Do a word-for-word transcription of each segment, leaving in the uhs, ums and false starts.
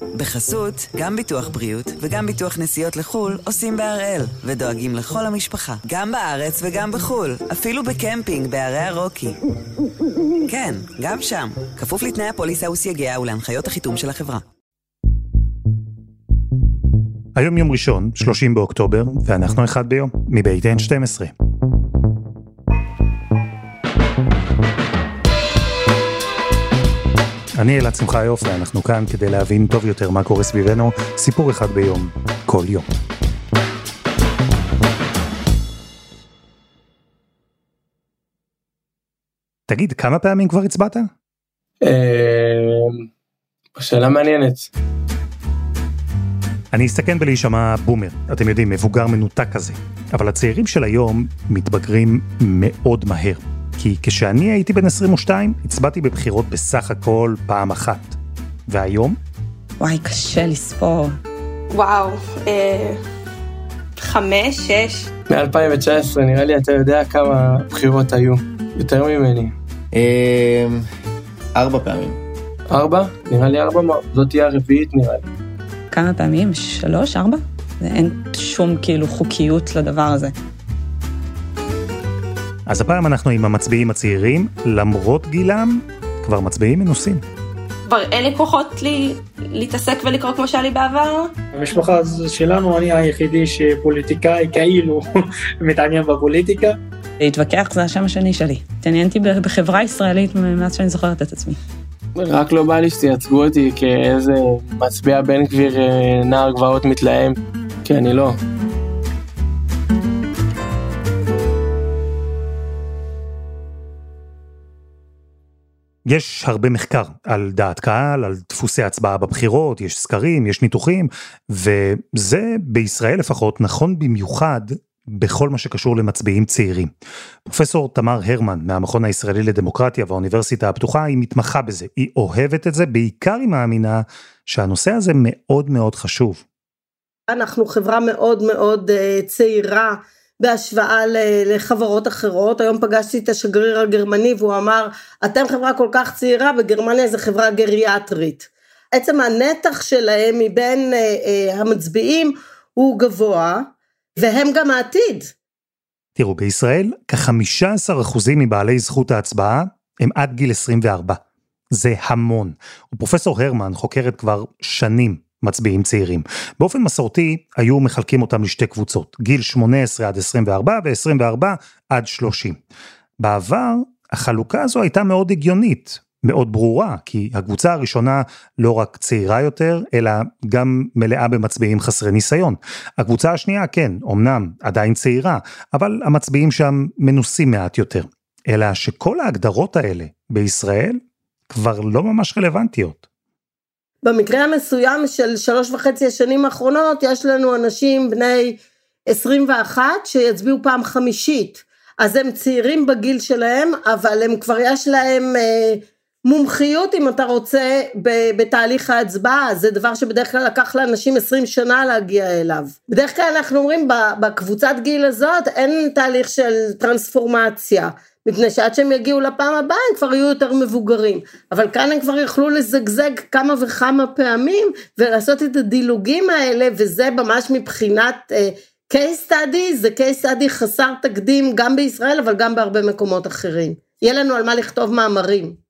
בחסות, גם ביטוח בריאות וגם ביטוח נסיעות לחול עושים בהראל, ודואגים לכל המשפחה, גם בארץ וגם בחול, אפילו בקמפינג בערי הרוקי. כן, גם שם, כפוף לתנאי הפוליסה וסייגיה ולהנחיות החיתום של החברה. היום יום ראשון, שלושים באוקטובר, ואנחנו אחד ביום, מבית אן שתים עשרה. אני אלעד שמחיוף, ואנחנו כאן כדי להבין טוב יותר מה קורה סביבנו, סיפור אחד ביום, כל יום. תגיד, כמה פעמים כבר הצבעת? שאלה מעניינת. אני אסתכן בלהישמע בומר, אתם יודעים, מבוגר מנותק כזה. אבל הצעירים של היום מתבגרים מאוד מהר. כי כשאני הייתי בן עשרים ושתיים, הצבעתי בבחירות בסך הכל פעם אחת. והיום? וואי, קשה לספור. וואו, אה, חמש, שש. מ-אלפיים תשע עשרה, נראה לי אתה יודע כמה בחירות היו. יותר ממני. אה, ארבע פעמים. ארבע? נראה לי ארבע, זאת תהיה הרביעית נראה לי. כמה פעמים? שלוש, ארבע? אין שום כאילו חוקיות לדבר הזה. אז הפעם אנחנו עם המצביעים הצעירים, למרות גילם, כבר מצביעים מנוסים. כבר אין לי כוחות לי, להתעסק ולקרוא כמו שהיה לי בעבר. המשפחה שלנו, אני היחידי שפוליטיקאי כאילו מתעניין בפוליטיקה. להתווכח זה השם השני שלי. התעניינתי בחברה ישראלית מאז שאני זוכרת את עצמי. רק לא בא לי שתייצגו אותי כאיזה מצביע בן גביר נער גבעות מתלהם, כי אני לא. יש הרבה מחקר על דעת קהל, על דפוסי הצבעה בבחירות, יש סקרים, יש ניתוחים, וזה בישראל לפחות נכון במיוחד בכל מה שקשור למצביעים צעירים. פרופסור תמר הרמן מהמכון הישראלי לדמוקרטיה והאוניברסיטה הפתוחה, היא מתמחה בזה, היא אוהבת את זה, בעיקר היא מאמינה שהנושא הזה מאוד מאוד חשוב. אנחנו חברה מאוד מאוד צעירה, בהשוואה לחברות אחרות. היום פגשתי את השגריר הגרמני והוא אמר, אתם חברה כל כך צעירה, בגרמניה זה חברה גריאטרית. עצם הנתח שלהם מבין המצביעים הוא גבוה, והם גם העתיד. תראו, בישראל כ-חמישה עשר אחוזים מבעלי זכות ההצבעה הם עד גיל עשרים וארבע. זה המון. ופרופסור הרמן חוקרת כבר שנים מצביעים צעירים. באופן מסורתי, היו מחלקים אותם לשתי קבוצות, גיל שמונה עשרה עד עשרים וארבע ו-עשרים וארבע עד שלושים. בעבר, החלוקה הזו הייתה מאוד הגיונית, מאוד ברורה, כי הקבוצה הראשונה לא רק צעירה יותר, אלא גם מלאה במצביעים חסרי ניסיון. הקבוצה השנייה, כן, אמנם עדיין צעירה, אבל המצביעים שם מנוסים מעט יותר. אלא שכל ההגדרות האלה בישראל כבר לא ממש רלוונטיות. במקרה המסוים של שלוש וחצי השנים האחרונות, יש לנו אנשים בני עשרים ואחת שיצביעו פעם חמישית. אז הם צעירים בגיל שלהם, אבל הם כבר יש להם אה, מומחיות, אם אתה רוצה, בתהליך ההצבעה. זה דבר שבדרך כלל לקח לאנשים עשרים שנה להגיע אליו. בדרך כלל אנחנו אומרים, בקבוצת גיל הזאת, אין תהליך של טרנספורמציה. מפני שעד שהם יגיעו לפעם הבאה, הם כבר יהיו יותר מבוגרים. אבל כאן הם כבר יכלו לזגזג כמה וכמה פעמים, ולעשות את הדילוגים האלה, וזה ממש מבחינת uh, case study, זה case study חסר תקדים, גם בישראל, אבל גם בהרבה מקומות אחרים. יהיה לנו על מה לכתוב מאמרים.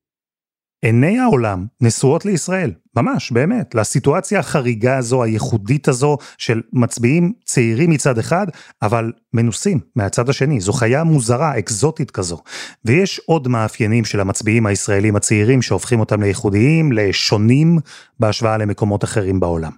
עיני העולם נשואות לישראל, ממש, באמת, לסיטואציה החריגה הזו, הייחודית הזו, של מצביעים צעירים מצד אחד, אבל מנוסים מהצד השני. זו חיה מוזרה, אקזוטית כזו. ויש עוד מאפיינים של המצביעים הישראלים הצעירים, שהופכים אותם לייחודיים, לשונים, בהשוואה למקומות אחרים בעולם.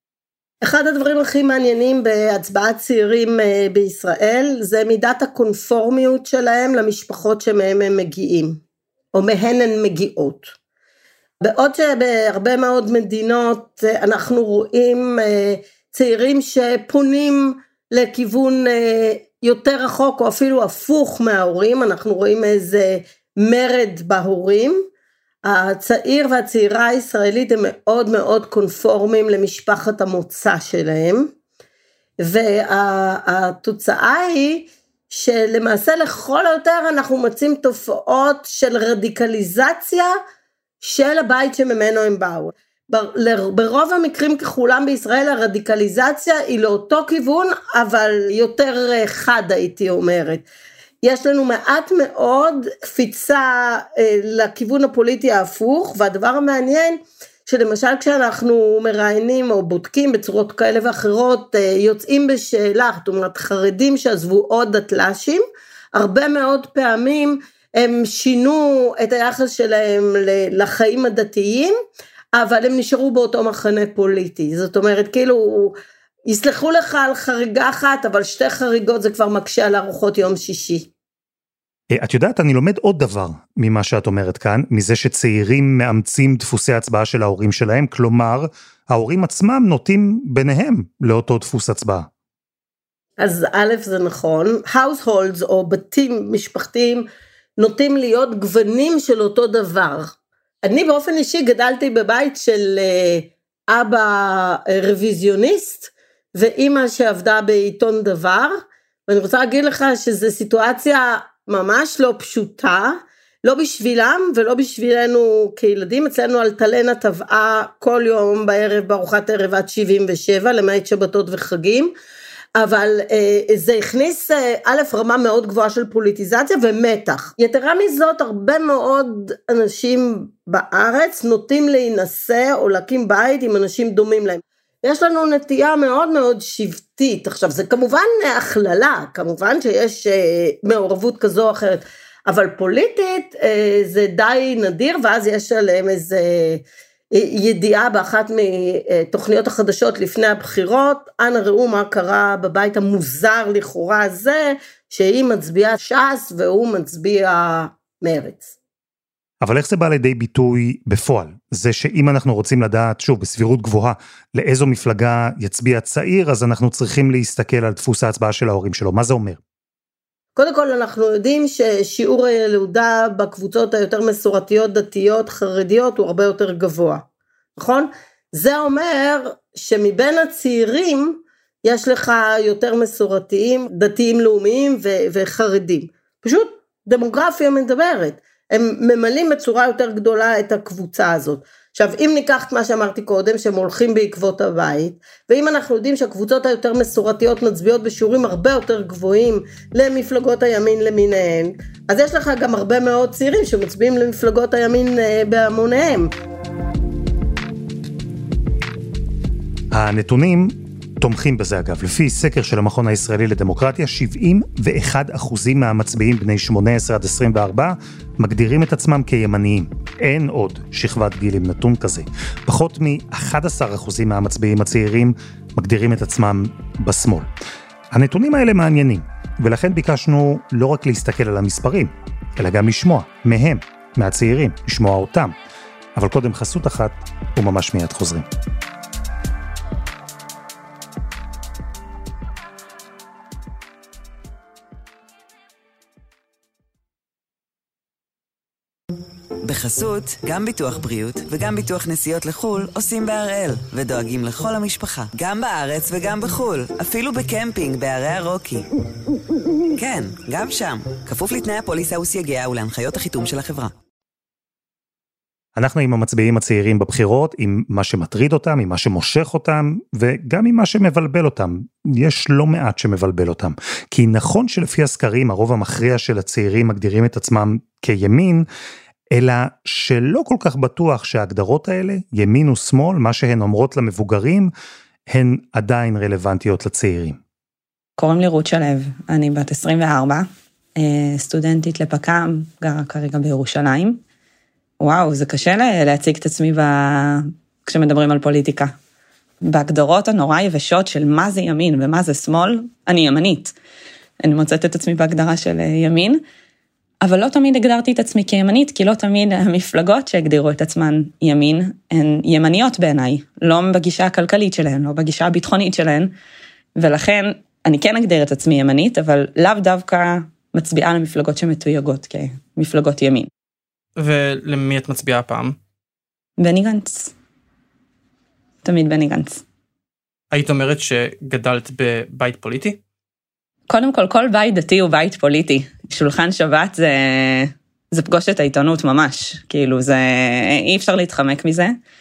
אחד הדברים הכי מעניינים בהצבעת צעירים בישראל, זה מידת הקונפורמיות שלהם למשפחות שמהם הם מגיעים. או מהן הן מגיעות. בעוד שבהרבה מאוד מדינות אנחנו רואים צעירים שפונים לכיוון יותר רחוק או אפילו הפוך מההורים, אנחנו רואים איזה מרד בהורים. הצעיר והצעירה הישראלית הם מאוד מאוד קונפורמים למשפחת המוצא שלהם, והתוצאה היא שלמעשה לכל היותר אנחנו מוצאים תופעות של רדיקליזציה של הבית שממנו הם באו. ברוב המקרים ככולם בישראל הרדיקליזציה היא לאותו כיוון, אבל יותר חד הייתי אומרת. יש לנו מעט מאוד קפיצה לכיוון הפוליטי ההפוך, והדבר המעניין שלמשל כשאנחנו מראיינים או בודקים בצורות כאלה ואחרות, יוצאים בשאלה, זאת אומרת חרדים שעזבו עוד דתל"שים, הרבה מאוד פעמים הם שינו את היחס שלהם לחיים הדתיים, אבל הם נשארו באותו מחנה פוליטי, זאת אומרת כאילו יסלחו לך על חריגה אחת, אבל שתי חריגות זה כבר מקשה על ארוחות יום שישי. את יודעת, אני לומד עוד דבר ממה שאת אומרת כאן, מזה שצעירים מאמצים דפוסי הצבעה של ההורים שלהם, כלומר, ההורים עצמם נוטים ביניהם לאותו דפוס הצבעה. אז א' זה נכון, households או בתים משפחתיים נוטים להיות גוונים של אותו דבר. אני באופן אישי גדלתי בבית של אבא רוויזיוניסט, ואימא שעבדה בעיתון דבר, ואני רוצה להגיד לך שזו סיטואציה ממש לא פשוטה, לא בשבילם ולא בשבילנו כילדים, אצלנו אלטלנה טבעה כל יום בערב בארוחת ערב עד שבעים ושבע, למעט שבתות וחגים, אבל אה, זה הכניס אה, א' רמה מאוד גבוהה של פוליטיזציה ומתח. יתרה מזאת, הרבה מאוד אנשים בארץ נוטים להינשא או להקים בית עם אנשים דומים להם. יש לנו נטייה מאוד מאוד שבטית, עכשיו זה כמובן הכללה, כמובן שיש אה, מעורבות כזו או אחרת, אבל פוליטית אה, זה די נדיר, ואז יש עליהם איזה ידיעה באחת מתוכניות החדשות לפני הבחירות, אנא ראו מה קרה בבית המוזר לכאורה הזה, שהיא מצביעה ש"ס והוא מצביע מרץ. אבל איך זה בא לידי ביטוי בפועל? זה שאם אנחנו רוצים לדעת, שוב, בסבירות גבוהה, לאיזו מפלגה יצביע צעיר, אז אנחנו צריכים להסתכל על דפוס ההצבעה של ההורים שלו. מה זה אומר? קודם כל אנחנו יודעים ששיעור הילודה בקבוצות היותר מסורתיות, דתיות, חרדיות, הוא הרבה יותר גבוה. נכון? זה אומר שמבין הצעירים, יש לך יותר מסורתיים, דתיים לאומיים ו- וחרדים. פשוט דמוגרפיה מדברת. הם ממלאים בצורה יותר גדולה את הקבוצה הזאת. עכשיו, אם ניקח את מה שאמרתי קודם, שהם הולכים בעקבות הבית, ואם אנחנו יודעים שהקבוצות היותר מסורתיות מצביעות בשיעורים הרבה יותר גבוהים למפלגות הימין למיניהן, אז יש לך גם הרבה מאוד צעירים שמצביעים למפלגות הימין בהמוניהם. הנתונים תומכים בזה אגב. לפי סקר של המכון הישראלי לדמוקרטיה, שבעים ואחד אחוזים מהמצביעים בני שמונה עשרה עד עשרים וארבע מגדירים את עצמם כימניים. אין עוד שכבת גיל עם נתון כזה. פחות מ-אחד עשר אחוזים מהמצביעים הצעירים מגדירים את עצמם בשמאל. הנתונים האלה מעניינים, ולכן ביקשנו לא רק להסתכל על המספרים, אלא גם לשמוע מהם, מהצעירים, לשמוע אותם. אבל קודם חסות אחת, וממש מיד חוזרים. בחסות, גם ביטוח בריאות וגם ביטוח נסיעות לחול עושים בהראל ודואגים לכל המשפחה, גם בארץ וגם בחול, אפילו בקמפינג בערי הרוקי. כן, גם שם, כפוף לתנאי הפוליסה וסייגיה ולהנחיות החיתום של החברה. אנחנו עם המצביעים הצעירים בבחירות, עם מה שמטריד אותם, עם מה שמושך אותם, וגם עם מה שמבלבל אותם. יש לא מעט שמבלבל אותם. כי נכון שלפי הסקרים, הרוב המכריע של הצעירים מגדירים את עצמם כימין, אלא שלא כל כך בטוח שההגדרות האלה, ימין ושמאל, מה שהן אומרות למבוגרים, הן עדיין רלוונטיות לצעירים. קוראים לי רות שלו, אני בת עשרים וארבע, סטודנטית לפק"ם, גרה כרגע בירושלים. וואו, זה קשה להציג את עצמי ב... כשמדברים על פוליטיקה. בהגדרות הנורא יבשות של מה זה ימין ומה זה שמאל, אני ימנית. אני מוצאת את עצמי בהגדרה של ימין, אבל לא תמיד הגדרתי את עצמי כימנית, כי לא תמיד המפלגות שהגדירו את עצמן ימין, הן ימניות בעיניי, לא בגישה הכלכלית שלהן, לא בגישה הביטחונית שלהן, ולכן אני כן אגדיר את עצמי ימנית, אבל לאו דווקא מצביעה למפלגות שמתויגות כמפלגות ימין. ולמי את מצביעה הפעם? בני גנץ. תמיד בני גנץ. היית אומרת שגדלת בבית פוליטי? קודם כל, כל בית דתי הוא בית פוליטי. שולחן שבת זה, זה פגוש את העיתונות ממש. כאילו, זה, אי אפשר להתחמק מזה.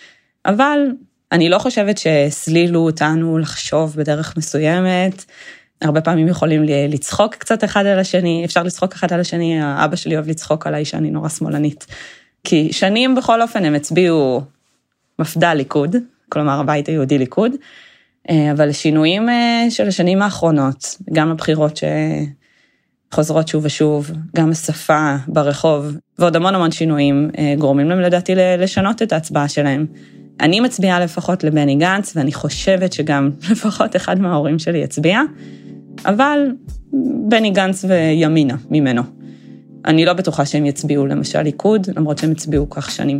אבל אני לא חושבת שהסלילו אותנו לחשוב בדרך מסוימת, הרבה פעמים יכולים לצחוק קצת אחד על השני, אפשר לצחוק אחד על השני, האבא שלי אוהב לצחוק עליי שאני נורא שמאלנית, כי שנים בכל אופן הם הצביעו מפד"ל ליכוד, כלומר הבית היהודי ליכוד, אבל שינויים של השנים האחרונות, גם הבחירות שחוזרות שוב ושוב, גם השפה ברחוב, ועוד המון המון שינויים, גורמים להם לדעתי לשנות את ההצבעה שלהם. אני מצביעה לפחות לבני גנץ, ואני חושבת שגם לפחות אחד מההורים שלי יצביע, אבל בני גנץ וימינה ממנו. אני לא בטוחה שהם יצביעו למשל ליכוד, למרות שהם יצביעו כך שנים.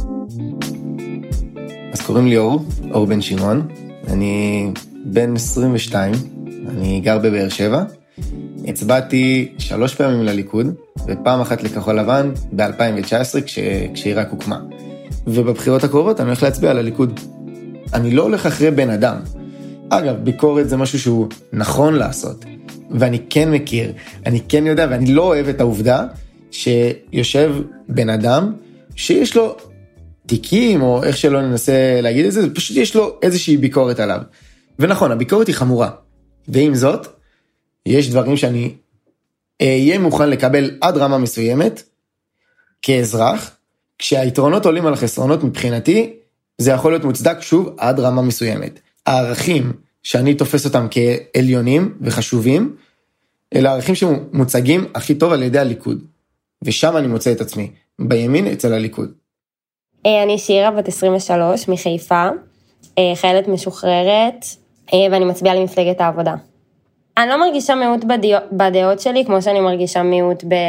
אז קוראים לי אור, אור בן שמעון, אני בן עשרים ושתיים, אני גר בבאר שבע, הצבעתי שלוש פעמים לליכוד, ופעם אחת לכחול לבן ב-אלפיים תשע עשרה כש... כשהיא רק הוקמה. ובבחירות הקרובות אני הולך להצביע לליכוד. אני לא הולך אחרי בן אדם. אגב, ביקורת זה משהו שהוא נכון לעשות, ואני כן מכיר, אני כן יודע, ואני לא אוהב את העובדה שיושב בן אדם שיש לו תיקים, או איך שלא ננסה להגיד את זה, פשוט יש לו איזושהי ביקורת עליו. ונכון, הביקורת היא חמורה. ועם זאת, יש דברים שאני אהיה מוכן לקבל עד רמה מסוימת, כאזרח, כשהיתרונות עולים על החסרונות מבחינתי, זה יכול להיות מוצדק שוב עד רמה מסוימת. הערכים שאני תופס אותם כעליונים וחשובים, אלה הערכים שמוצגים הכי טוב על ידי הליכוד. ושם אני מוצא את עצמי, בימין אצל הליכוד. אני שירה בת עשרים ושלוש מחיפה, חיילת משוחררת, ואני מצביעה למפלגת העבודה. אני לא מרגישה מיעוט בדעות שלי, כמו שאני מרגישה מיעוט ב...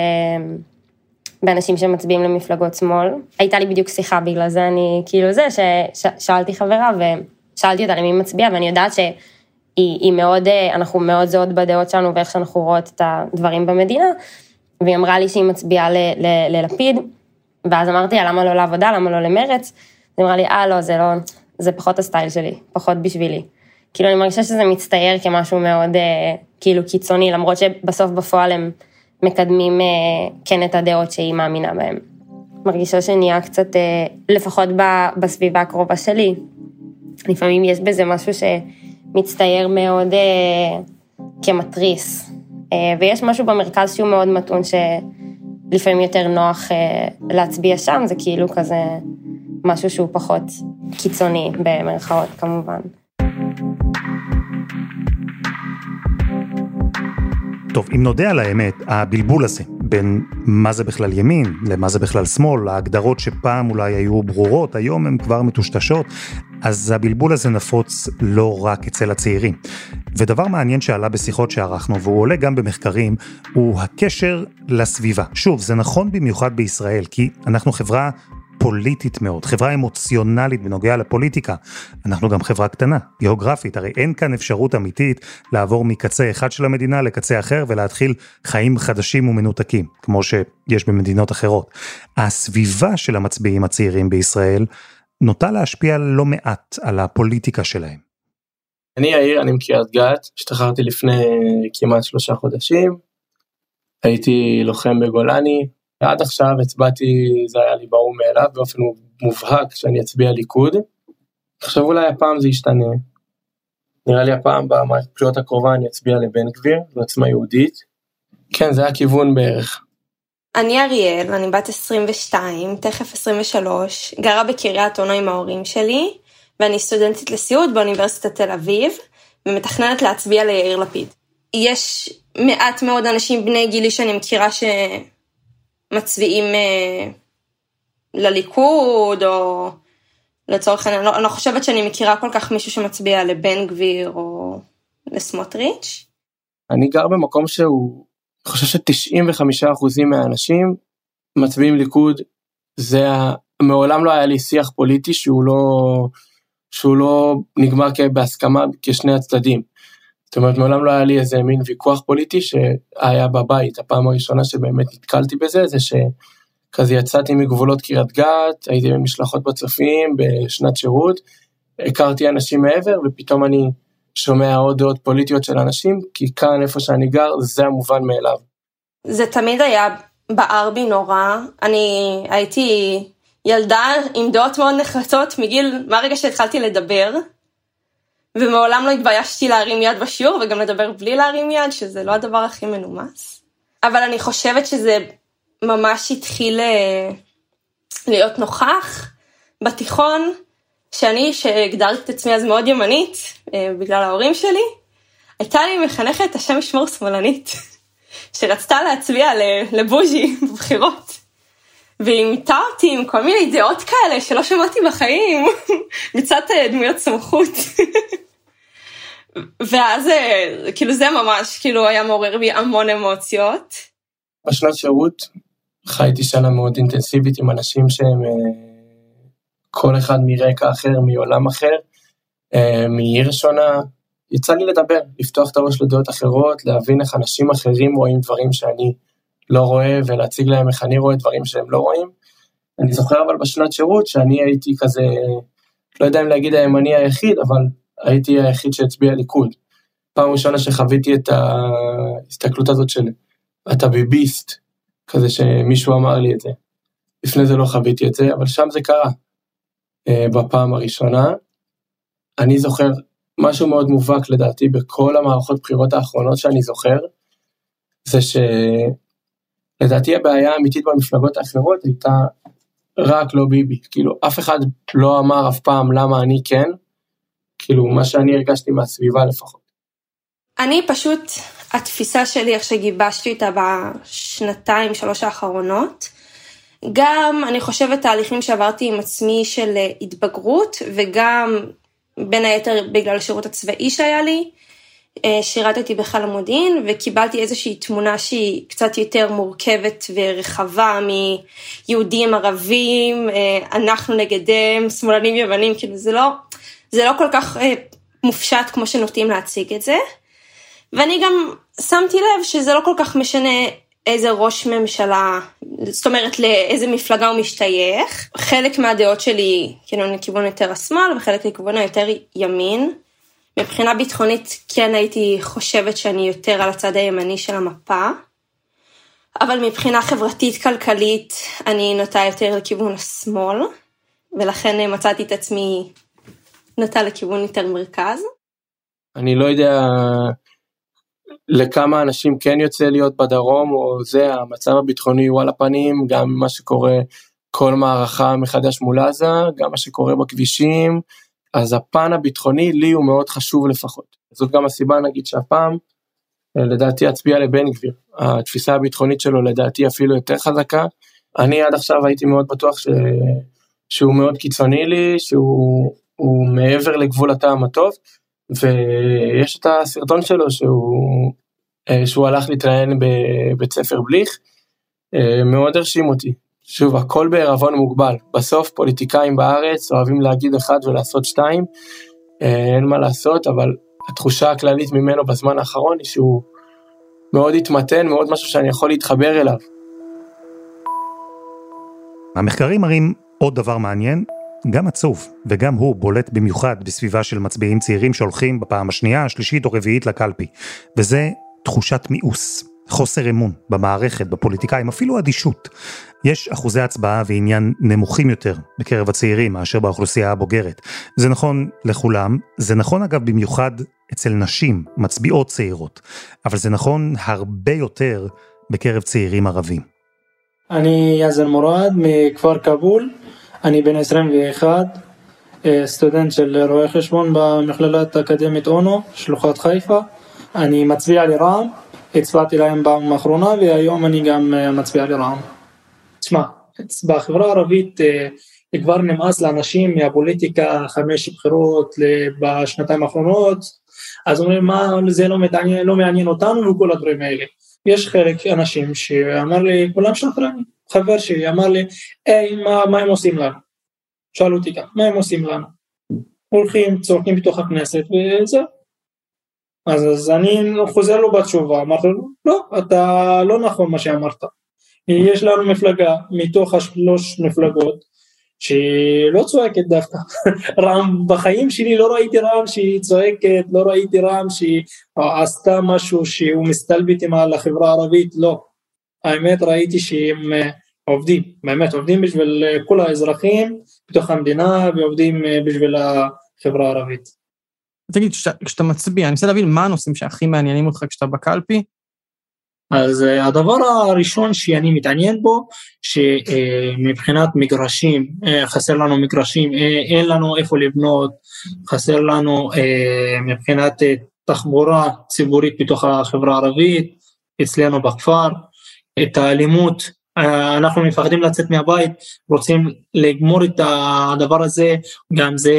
באנשים שמצביעים למפלגות שמאל. הייתה לי בדיוק שיחה בגלל זה, אני כאילו זה, ששאלתי חברה ושאלתי אותה למי מצביעה, ואני יודעת שהיא מאוד, אנחנו מאוד זהות בדעות שלנו, ואיך שאנחנו רואות את הדברים במדינה, והיא אמרה לי שהיא מצביעה ל, ל, ללפיד, ואז אמרתי, למה לא לעבודה, למה לא למרץ? היא אמרה לי, אה, לא, זה לא, זה פחות הסטייל שלי, פחות בשבילי. כאילו, אני מרגישה שזה מצטייר כמשהו מאוד, כאילו, קיצוני, למרות שבסוף בפועל הם מקדמים כן את הדעות שהיא מאמינה בהן. מרגישה שנהיה קצת, לפחות בסביבה הקרובה שלי, לפעמים יש בזה משהו שמצטייר מאוד כמטריס, ויש משהו במרכז שהוא מאוד מתון, שלפעמים יותר נוח להצביע שם, זה כאילו כזה משהו שהוא פחות קיצוני, במרכאות כמובן. טוב, אם נודע על האמת, הבלבול הזה בין מה זה בכלל ימין, למה זה בכלל שמאל, ההגדרות שפעם אולי היו ברורות, היום הן כבר מטושטשות, אז הבלבול הזה נפוץ לא רק אצל הצעירים. ודבר מעניין שעלה בשיחות שערכנו, והוא עולה גם במחקרים, הוא הקשר לסביבה. שוב, זה נכון במיוחד בישראל, כי אנחנו חברה פוליטית מאוד, חברה אמוציונלית בנוגע לפוליטיקה. אנחנו גם חברה קטנה, גיאוגרפית, הרי אין כאן אפשרות אמיתית לעבור מקצה אחד של המדינה לקצה אחר ולהתחיל חיים חדשים ומנותקים, כמו שיש במדינות אחרות. הסביבה של המצביעים הצעירים בישראל נוטה להשפיע לא מעט על הפוליטיקה שלהם. אני יאיר, אני מקריית גת, השתחררתי לפני כמעט שלושה חודשים, הייתי לוחם בגולני, ועד עכשיו הצבעתי, זה היה לי ברור מאליו, באופן מובהק שאני אצביע ליכוד. עכשיו אולי הפעם זה ישתנה. נראה לי הפעם בבחירות הקרובה אני אצביע לבן גביר, לעצמה יהודית. כן, זה היה כיוון בערך. אני אריאל, ואני בת עשרים ושתיים, תכף עשרים ושלוש, גרה בקריית אונו עם ההורים שלי, ואני סטודנטית לסיעוד באוניברסיטת תל אביב, ומתכננת להצביע ליאיר לפיד. יש מעט מאוד אנשים בני גילי שאני מכירה ש... מצביעים אה, לליכוד, או לצורך העניין, אני לא, לא חושבת שאני מכירה כל כך מישהו שמצביע לבן גביר, או לסמוטריץ'. אני גר במקום שהוא, אני חושב ש-תשעים וחמישה אחוז מהאנשים מצביעים ליכוד, זה, מעולם לא היה לי שיח פוליטי, שהוא לא, שהוא לא נגמר בהסכמה כשני הצדדים. זאת אומרת, מעולם לא היה לי איזה מין ויכוח פוליטי שהיה בבית. הפעם הראשונה שבאמת נתקלתי בזה, זה שכזה יצאתי מגבולות קריית גת, הייתי במשלחות בצופים, בשנת שירות, הכרתי אנשים מעבר, ופתאום אני שומע עוד דעות פוליטיות של אנשים, כי כאן איפה שאני גר, זה המובן מאליו. זה תמיד היה בער בי נורא. אני הייתי ילדה עם דעות מאוד נחרצות מגיל, מהרגע שהתחלתי לדבר, ומעולם לא התביישתי להרים יד בשיעור, וגם לדבר בלי להרים יד, שזה לא הדבר הכי מנומס. אבל אני חושבת שזה ממש התחיל להיות נוכח בתיכון, שאני, שהגדרתי את עצמי אז מאוד ימנית, בגלל ההורים שלי, הייתה לי מחנכת השם ישמור שמאלנית, שרצתה להצביע לבוז'י בבחירות. והיא מיטה אותי עם כל מיני דעות כאלה שלא שמעתי בחיים, מצד דמויות סמכות. ואז כאילו זה ממש כאילו היה מעורר בי המון אמוציות. בשנת שירות חייתי שנה מאוד אינטנסיבית עם אנשים שהם כל אחד מרקע אחר, מעולם אחר, מעיר שונה. יצא לי לדבר, לפתוח את הראש לדעות אחרות, להבין איך אנשים אחרים רואים דברים שאני לא רואה, ולהציג להם איך אני רואה דברים שהם לא רואים. אני זוכר אבל בשנת שירות שאני הייתי כזה, לא יודע אם להגיד הימני היחיד, אבל הייתי היחיד שהצביע ליכוד. פעם ראשונה שחוויתי את ההסתכלות הזאת של אתה ביביסט, כזה שמישהו אמר לי את זה. לפני זה לא חוויתי את זה, אבל שם זה קרה. בפעם הראשונה, אני זוכר משהו מאוד מובהק לדעתי בכל המערכות בחירות האחרונות שאני זוכר, זה שלדעתי הבעיה האמיתית במפלגות האחרות הייתה רק לא ביבי, כאילו אף אחד לא אמר אף פעם למה אני כן, כאילו מה שאני הרגשתי מהסביבה לפחות. אני פשוט, התפיסה שלי איך שגיבשתי אותה בשנתיים שלוש האחרונות, גם אני חושבת תהליכים שעברתי עם עצמי של התבגרות, וגם בין היתר בגלל השירות הצבאי שהיה לי, שירתתי בחיל המודיעין, וקיבלתי איזושהי תמונה שהיא קצת יותר מורכבת ורחבה מיהודים ערבים, אנחנו נגדם, שמאלנים ימנים, כאילו זה לא, זה לא כל כך מופשט כמו שנוטים להציג את זה. ואני גם שמתי לב שזה לא כל כך משנה איזה ראש ממשלה, זאת אומרת לאיזה מפלגה הוא משתייך. חלק מהדעות שלי כאילו לכיוון יותר השמאל, וחלק לכיוון היותר ימין. מבחינה ביטחונית כן הייתי חושבת שאני יותר על הצד הימני של המפה, אבל מבחינה חברתית-כלכלית אני נוטה יותר לכיוון השמאל, ולכן מצאתי את עצמי נוטה לכיוון יותר מרכז. אני לא יודע לכמה אנשים כן יוצא להיות בדרום, או זה, המצב הביטחוני הוא על הפנים, גם מה שקורה כל מערכה מחדש מול עזה, גם מה שקורה בכבישים, אז הפן הביטחוני לי הוא מאוד חשוב לפחות. זאת גם הסיבה נגיד שהפעם, לדעתי הצביע לבן גביר, התפיסה הביטחונית שלו לדעתי אפילו יותר חזקה, אני עד עכשיו הייתי מאוד בטוח ש... שהוא מאוד קיצוני לי, שהוא הוא מעבר לגבול הטעם הטוב, ויש את הסרטון שלו שהוא, שהוא הלך להתראיין בבית ספר בליך, מאוד הרשים אותי. שוב, הכל בערבון מוגבל. בסוף פוליטיקאים בארץ אוהבים להגיד אחד ולעשות שתיים, אין מה לעשות, אבל התחושה הכללית ממנו בזמן האחרון היא שהוא מאוד התמתן, מאוד משהו שאני יכול להתחבר אליו. המחקרים מראים עוד דבר מעניין, גם עצוב, וגם הוא בולט במיוחד בסביבה של מצביעים צעירים שהולכים בפעם השנייה, השלישית או רביעית לקלפי, וזה תחושת מיאוס, חוסר אמון במערכת, בפוליטיקאים, אפילו אדישות. יש אחוזי הצבעה ועניין נמוכים יותר בקרב הצעירים מאשר באוכלוסייה הבוגרת. זה נכון לכולם, זה נכון אגב במיוחד אצל נשים, מצביעות צעירות, אבל זה נכון הרבה יותר בקרב צעירים ערבים. אני יזן מורד מכפר קבול, אני בן עשרים ואחת, סטודנט של רואי חשבון במכללת האקדמית אונו, שלוחת חיפה. אני מצביע לרע"מ, הצבעתי להם פעם האחרונה, והיום אני גם מצביע לרע"מ. תשמע, בחברה הערבית כבר נמאס לאנשים מהפוליטיקה, חמש בחירות בשנתיים האחרונות, אז אומרים, מה, זה לא מעניין, לא מעניין אותנו וכל הדברים האלה. יש חלק אנשים שאמר לי, כולם שקרנים, חבר שלי אמר לי, היי, מה, מה הם עושים לנו? שאלו אותי כאן, מה הם עושים לנו? הולכים, צורקים בתוך הכנסת וזהו. אז, אז אני חוזר לו בתשובה, אמרתי לו, לא, אתה לא נכון מה שאמרת. יש לנו מפלגה מתוך השלוש מפלגות, שלא צועקת דווקא. רע"מ, בחיים שלי לא ראיתי רע"מ שהיא צועקת, לא ראיתי רע"מ שהיא עשתה משהו שהוא מסתלבט עם החברה הערבית, לא. האמת ראיתי שהם עובדים, באמת עובדים בשביל כל האזרחים בתוך המדינה, ועובדים בשביל החברה הערבית. תגיד, כשאתה מצביע, אני רוצה להבין מה הנושאים שהכי מעניינים אותך כשאתה בקלפי? אז הדבר הראשון שאני מתעניין בו, שמבחינת מגרשים, חסר לנו מגרשים, אין לנו איפה לבנות, חסר לנו מבחינת תחבורה ציבורית בתוך החברה הערבית, אצלנו בכפר, את האלימות, אנחנו מפחדים לצאת מהבית, רוצים לגמור את הדבר הזה, גם זה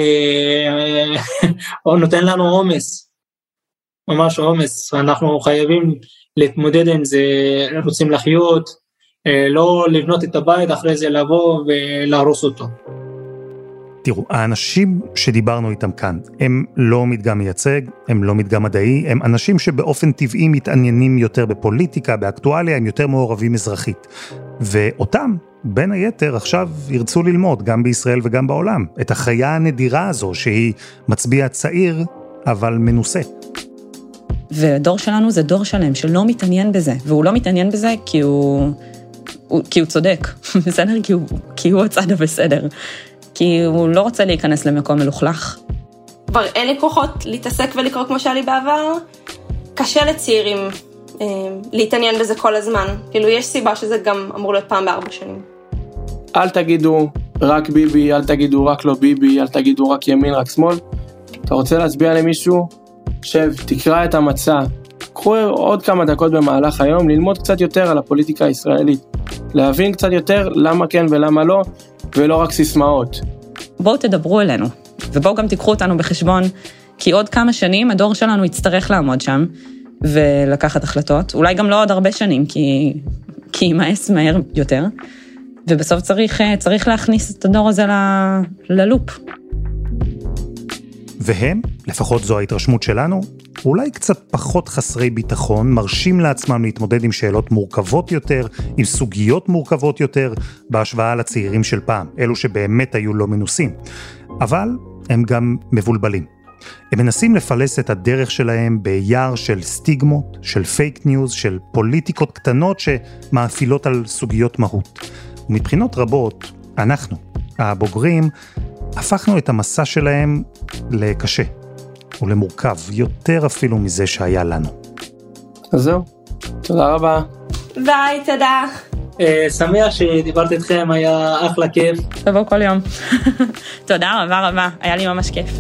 נותן לנו עומס, ממש עומס, אנחנו חייבים להתמודד עם זה, רוצים לחיות, לא לבנות את הבית, אחרי זה לבוא ולהרוס אותו. תראו, האנשים שדיברנו איתם כאן, הם לא מדגם מייצג, הם לא מדגם מדעי, הם אנשים שבאופן טבעי מתעניינים יותר בפוליטיקה, באקטואליה, הם יותר מעורבים אזרחית. ואותם, בין היתר, עכשיו ירצו ללמוד, גם בישראל וגם בעולם, את החיה הנדירה הזו, שהיא מצביע צעיר, אבל מנוסה. והדור שלנו זה דור שלם שלא מתעניין בזה, והוא לא מתעניין בזה כי הוא, הוא, כי הוא צודק, בסדר? כי הוא, כי הוא הצד הבסדר. כי הוא לא רוצה להיכנס למקום מלוכלך. כבר אין לי כוחות להתעסק ולקרוא כמו שהיה לי בעבר. קשה לצעירים אה, להתעניין בזה כל הזמן. כאילו יש סיבה שזה גם אמור להיות פעם בארבע שנים. אל תגידו רק ביבי, אל תגידו רק לא ביבי, אל תגידו רק ימין, רק שמאל. אתה רוצה להצביע למישהו? שב, תקרא את המצע. קחו עוד כמה דקות במהלך היום, ללמוד קצת יותר על הפוליטיקה הישראלית. להבין קצת יותר למה כן ולמה לא, ולא רק סיסמאות. בואו תדברו אלינו, ובואו גם תיקחו אותנו בחשבון, כי עוד כמה שנים הדור שלנו יצטרך לעמוד שם, ולקחת החלטות, אולי גם לא עוד הרבה שנים, כי, כי ימאס מהר יותר, ובסוף צריך, צריך להכניס את הדור הזה ל, ללופ. והם, לפחות זו ההתרשמות שלנו, אולי קצת פחות חסרי ביטחון, מרשים לעצמם להתמודד עם שאלות מורכבות יותר, עם סוגיות מורכבות יותר, בהשוואה לצעירים של פעם, אלו שבאמת היו לא מנוסים. אבל הם גם מבולבלים. הם מנסים לפלס את הדרך שלהם ביער של סטיגמות, של פייק ניוז, של פוליטיקות קטנות שמאפילות על סוגיות מהות. ומבחינות רבות, אנחנו, הבוגרים, הפכנו את המסע שלהם לקשה. ולמורכב, יותר אפילו מזה שהיה לנו. אז זהו, תודה רבה. ביי, תודה. שמח שדיברת איתכם, היה אחלה כיף. תבוא כל יום. תודה רבה רבה, היה לי ממש כיף.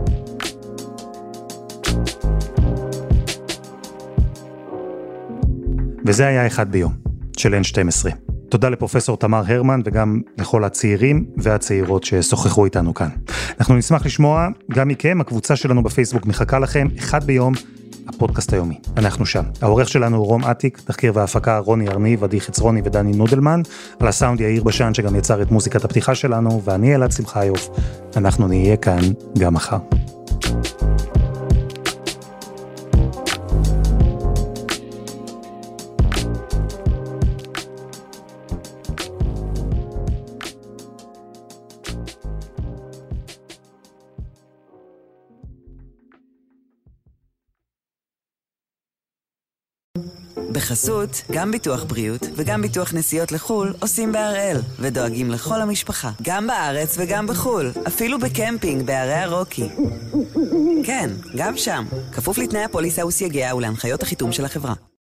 וזה היה אחד ביום, של אן שתים עשרה. תודה לפרופסור תמר הרמן וגם לכל הצעירים והצעירות ששוחחו איתנו כאן. אנחנו נשמח לשמוע גם מכם, הקבוצה שלנו בפייסבוק מחכה לכם, אחד ביום, הפודקאסט היומי. אנחנו שם. העורך שלנו הוא רום עתיק, תחקיר והפקה רוני ארניב, עדי חצרוני ודני נודלמן, על הסאונד יאיר בשן שגם יצר את מוזיקת הפתיחה שלנו, ואני אלעד שמחיוף. אנחנו נהיה כאן גם מחר. בחסות, גם ביטוח בריאות וגם ביטוח נסיעות לחול עושים בהראל ודואגים לכל המשפחה, גם בארץ וגם בחול, אפילו בקמפינג בערי הרוקי. כן, גם שם, כפוף לתנאי הפוליסה וסייגיה ולהנחיות החיתום של החברה.